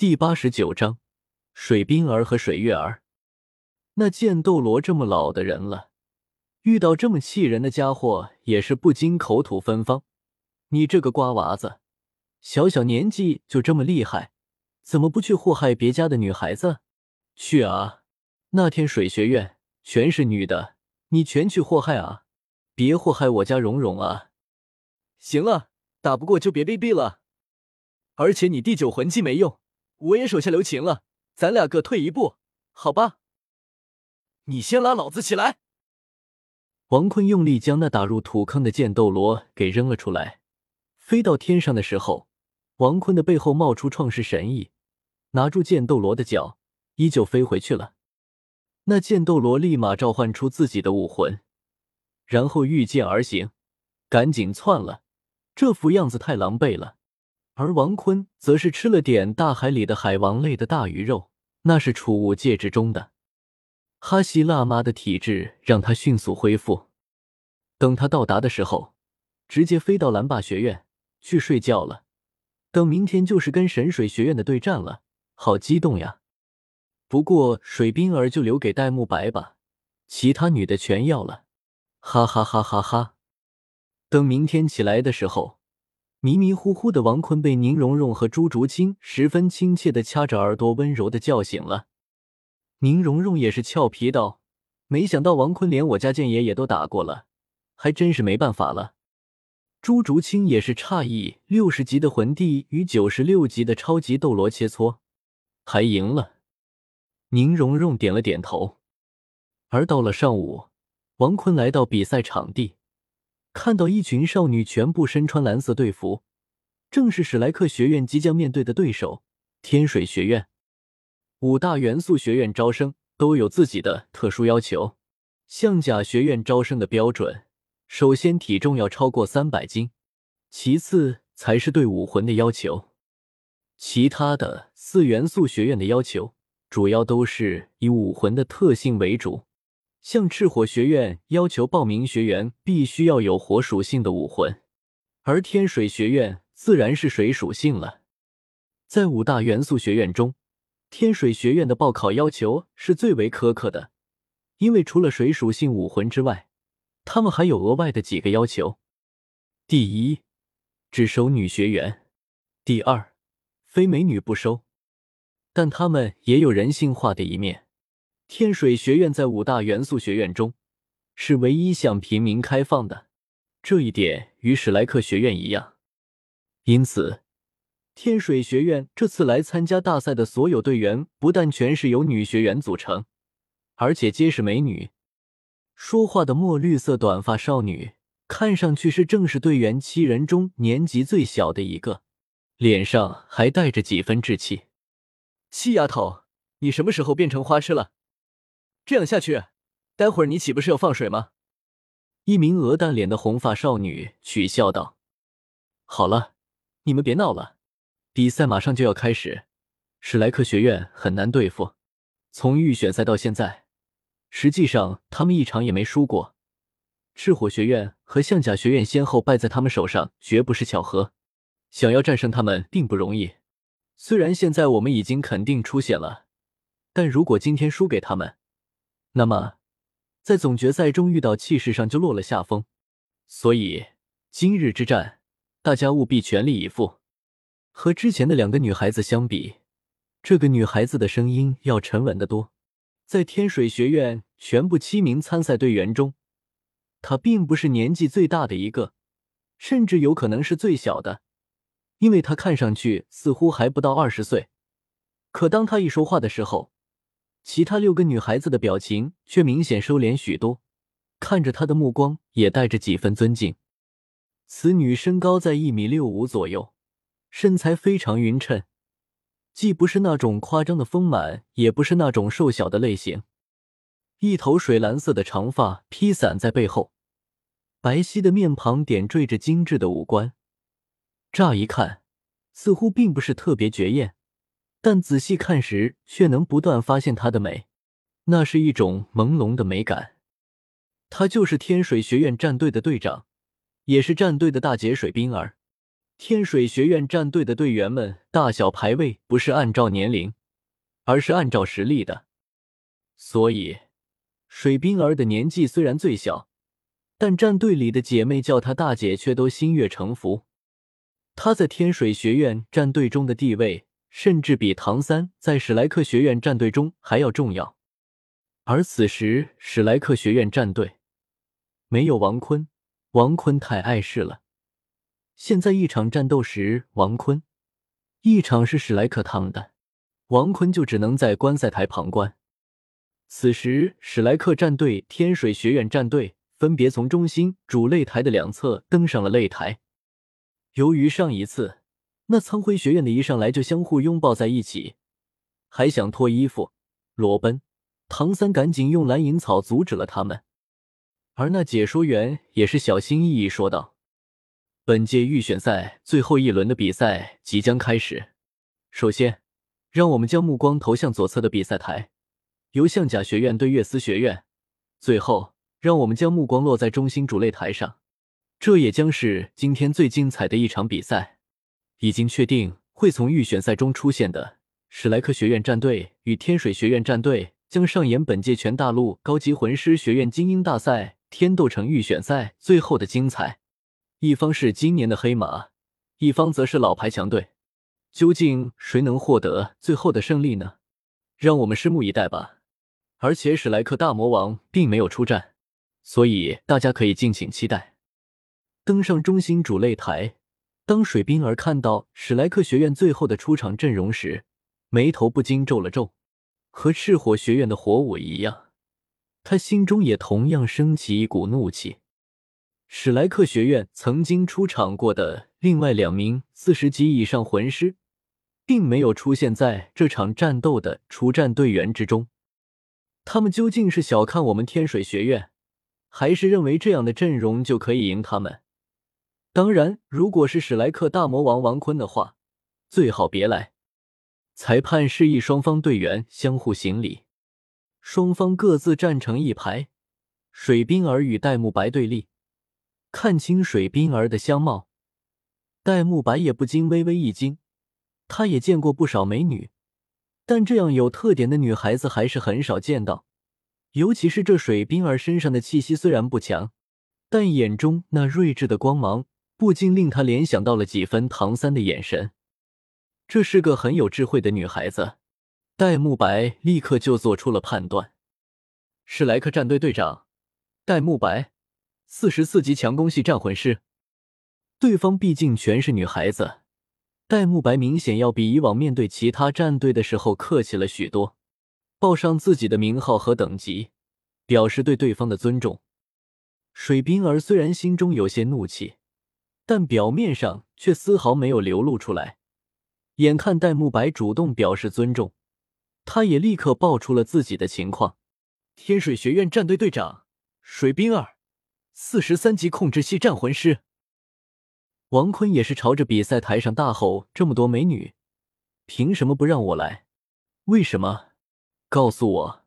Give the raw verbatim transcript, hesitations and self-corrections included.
第八十九章水冰儿和水月儿。那剑斗罗这么老的人了，遇到这么气人的家伙也是不禁口吐芬芳。你这个瓜娃子，小小年纪就这么厉害，怎么不去祸害别家的女孩子？去啊！那天水学院全是女的，你全去祸害啊！别祸害我家蓉蓉啊！行了，打不过就别逼逼了。而且你第九魂技没用，我也手下留情了，咱俩各退一步，好吧？你先拉老子起来！王坤用力将那打入土坑的剑斗罗给扔了出来，飞到天上的时候，王坤的背后冒出创世神翼，拿住剑斗罗的脚，依旧飞回去了。那剑斗罗立马召唤出自己的武魂，然后御剑而行，赶紧窜了，这副样子太狼狈了。而王坤则是吃了点大海里的海王类的大鱼肉，那是储物戒指中的。哈希辣妈的体质让他迅速恢复，等他到达的时候，直接飞到蓝霸学院去睡觉了。等明天就是跟神水学院的对战了，好激动呀！不过水冰儿就留给戴沐白吧，其他女的全要了。哈哈哈哈哈！等明天起来的时候，迷迷糊糊的王坤被宁荣荣和朱竹清十分亲切地掐着耳朵温柔地叫醒了。宁荣荣也是俏皮道，没想到王坤连我家剑爷也都打过了，还真是没办法了。朱竹清也是诧异，六十级的魂帝与九十六级的超级斗罗切磋，还赢了。宁荣荣点了点头。而到了上午，王坤来到比赛场地，看到一群少女全部身穿蓝色队服，正是史莱克学院即将面对的对手天水学院。五大元素学院招生都有自己的特殊要求，象甲学院招生的标准，首先体重要超过三百斤，其次才是对武魂的要求。其他的四元素学院的要求主要都是以武魂的特性为主，像赤火学院要求报名学员必须要有火属性的武魂，而天水学院自然是水属性了。在五大元素学院中，天水学院的报考要求是最为苛刻的，因为除了水属性武魂之外，他们还有额外的几个要求。第一，只收女学员；第二，非美女不收。但他们也有人性化的一面，天水学院在五大元素学院中是唯一向平民开放的，这一点与史莱克学院一样。因此天水学院这次来参加大赛的所有队员不但全是由女学员组成，而且皆是美女。说话的墨绿色短发少女看上去是正式队员七人中年纪最小的一个，脸上还带着几分稚气。七丫头，你什么时候变成花痴了？这样下去，待会儿你岂不是要放水吗？一名鹅蛋脸的红发少女取笑道。好了，你们别闹了，比赛马上就要开始，史莱克学院很难对付，从预选赛到现在，实际上他们一场也没输过。赤火学院和象甲学院先后败在他们手上绝不是巧合，想要战胜他们并不容易。虽然现在我们已经肯定出线了，但如果今天输给他们，那么在总决赛中遇到气势上就落了下风。所以今日之战，大家务必全力以赴。和之前的两个女孩子相比，这个女孩子的声音要沉稳得多。在天水学院全部七名参赛队员中，她并不是年纪最大的一个，甚至有可能是最小的，因为她看上去似乎还不到二十岁。可当她一说话的时候，其他六个女孩子的表情却明显收敛许多，看着她的目光也带着几分尊敬。此女身高在一米六五左右，身材非常匀称，既不是那种夸张的丰满，也不是那种瘦小的类型。一头水蓝色的长发披散在背后，白皙的面庞点缀着精致的五官，乍一看似乎并不是特别绝艳，但仔细看时却能不断发现她的美，那是一种朦胧的美感。她就是天水学院战队的队长，也是战队的大姐水冰儿。 天水学院战队的队员们大小排位不是按照年龄，而是按照实力的。所以，水冰儿的年纪虽然最小，但战队里的姐妹叫她大姐却都心悦诚服。她在天水学院战队中的地位，甚至比唐三在史莱克学院战队中还要重要。而此时，史莱克学院战队没有王坤，王坤太碍事了。现在一场战斗时，王坤；一场是史莱克他们的，王坤就只能在观赛台旁观。此时，史莱克战队、天水学院战队分别从中心主擂台的两侧登上了擂台。由于上一次那苍辉学院的一上来就相互拥抱在一起，还想脱衣服裸奔，唐三赶紧用蓝银草阻止了他们。而那解说员也是小心翼翼说道：本届预选赛最后一轮的比赛即将开始，首先让我们将目光投向左侧的比赛台，由象甲学院对月丝学院，最后让我们将目光落在中心主擂台上，这也将是今天最精彩的一场比赛。已经确定会从预选赛中出现的史莱克学院战队与天水学院战队将上演本届全大陆高级魂师学院精英大赛天斗城预选赛最后的精彩。一方是今年的黑马，一方则是老牌强队，究竟谁能获得最后的胜利呢？让我们拭目以待吧。而且史莱克大魔王并没有出战，所以大家可以敬请期待。登上中心主擂台，当水冰儿看到史莱克学院最后的出场阵容时，眉头不禁皱了皱。和赤火学院的火舞一样，他心中也同样升起一股怒气。史莱克学院曾经出场过的另外两名四十级以上魂师，并没有出现在这场战斗的出战队员之中。他们究竟是小看我们天水学院，还是认为这样的阵容就可以赢他们？当然，如果是史莱克大魔王王坤的话，最好别来。裁判示意双方队员相互行礼，双方各自站成一排，水冰儿与戴沐白对立。看清水冰儿的相貌，戴沐白也不禁微微一惊。他也见过不少美女，但这样有特点的女孩子还是很少见到。尤其是这水冰儿身上的气息虽然不强，但眼中那睿智的光芒不禁令他联想到了几分唐三的眼神。这是个很有智慧的女孩子，戴沐白立刻就做出了判断。史莱克战队队长戴沐白，四十四级强攻系战魂师。对方毕竟全是女孩子，戴沐白明显要比以往面对其他战队的时候客气了许多，报上自己的名号和等级，表示对对方的尊重。水冰儿虽然心中有些怒气，但表面上却丝毫没有流露出来。眼看戴沐白主动表示尊重，他也立刻报出了自己的情况。天水学院战队队长水冰儿，四十三级控制系战魂师。王坤也是朝着比赛台上大吼：这么多美女，凭什么不让我来？为什么？告诉我。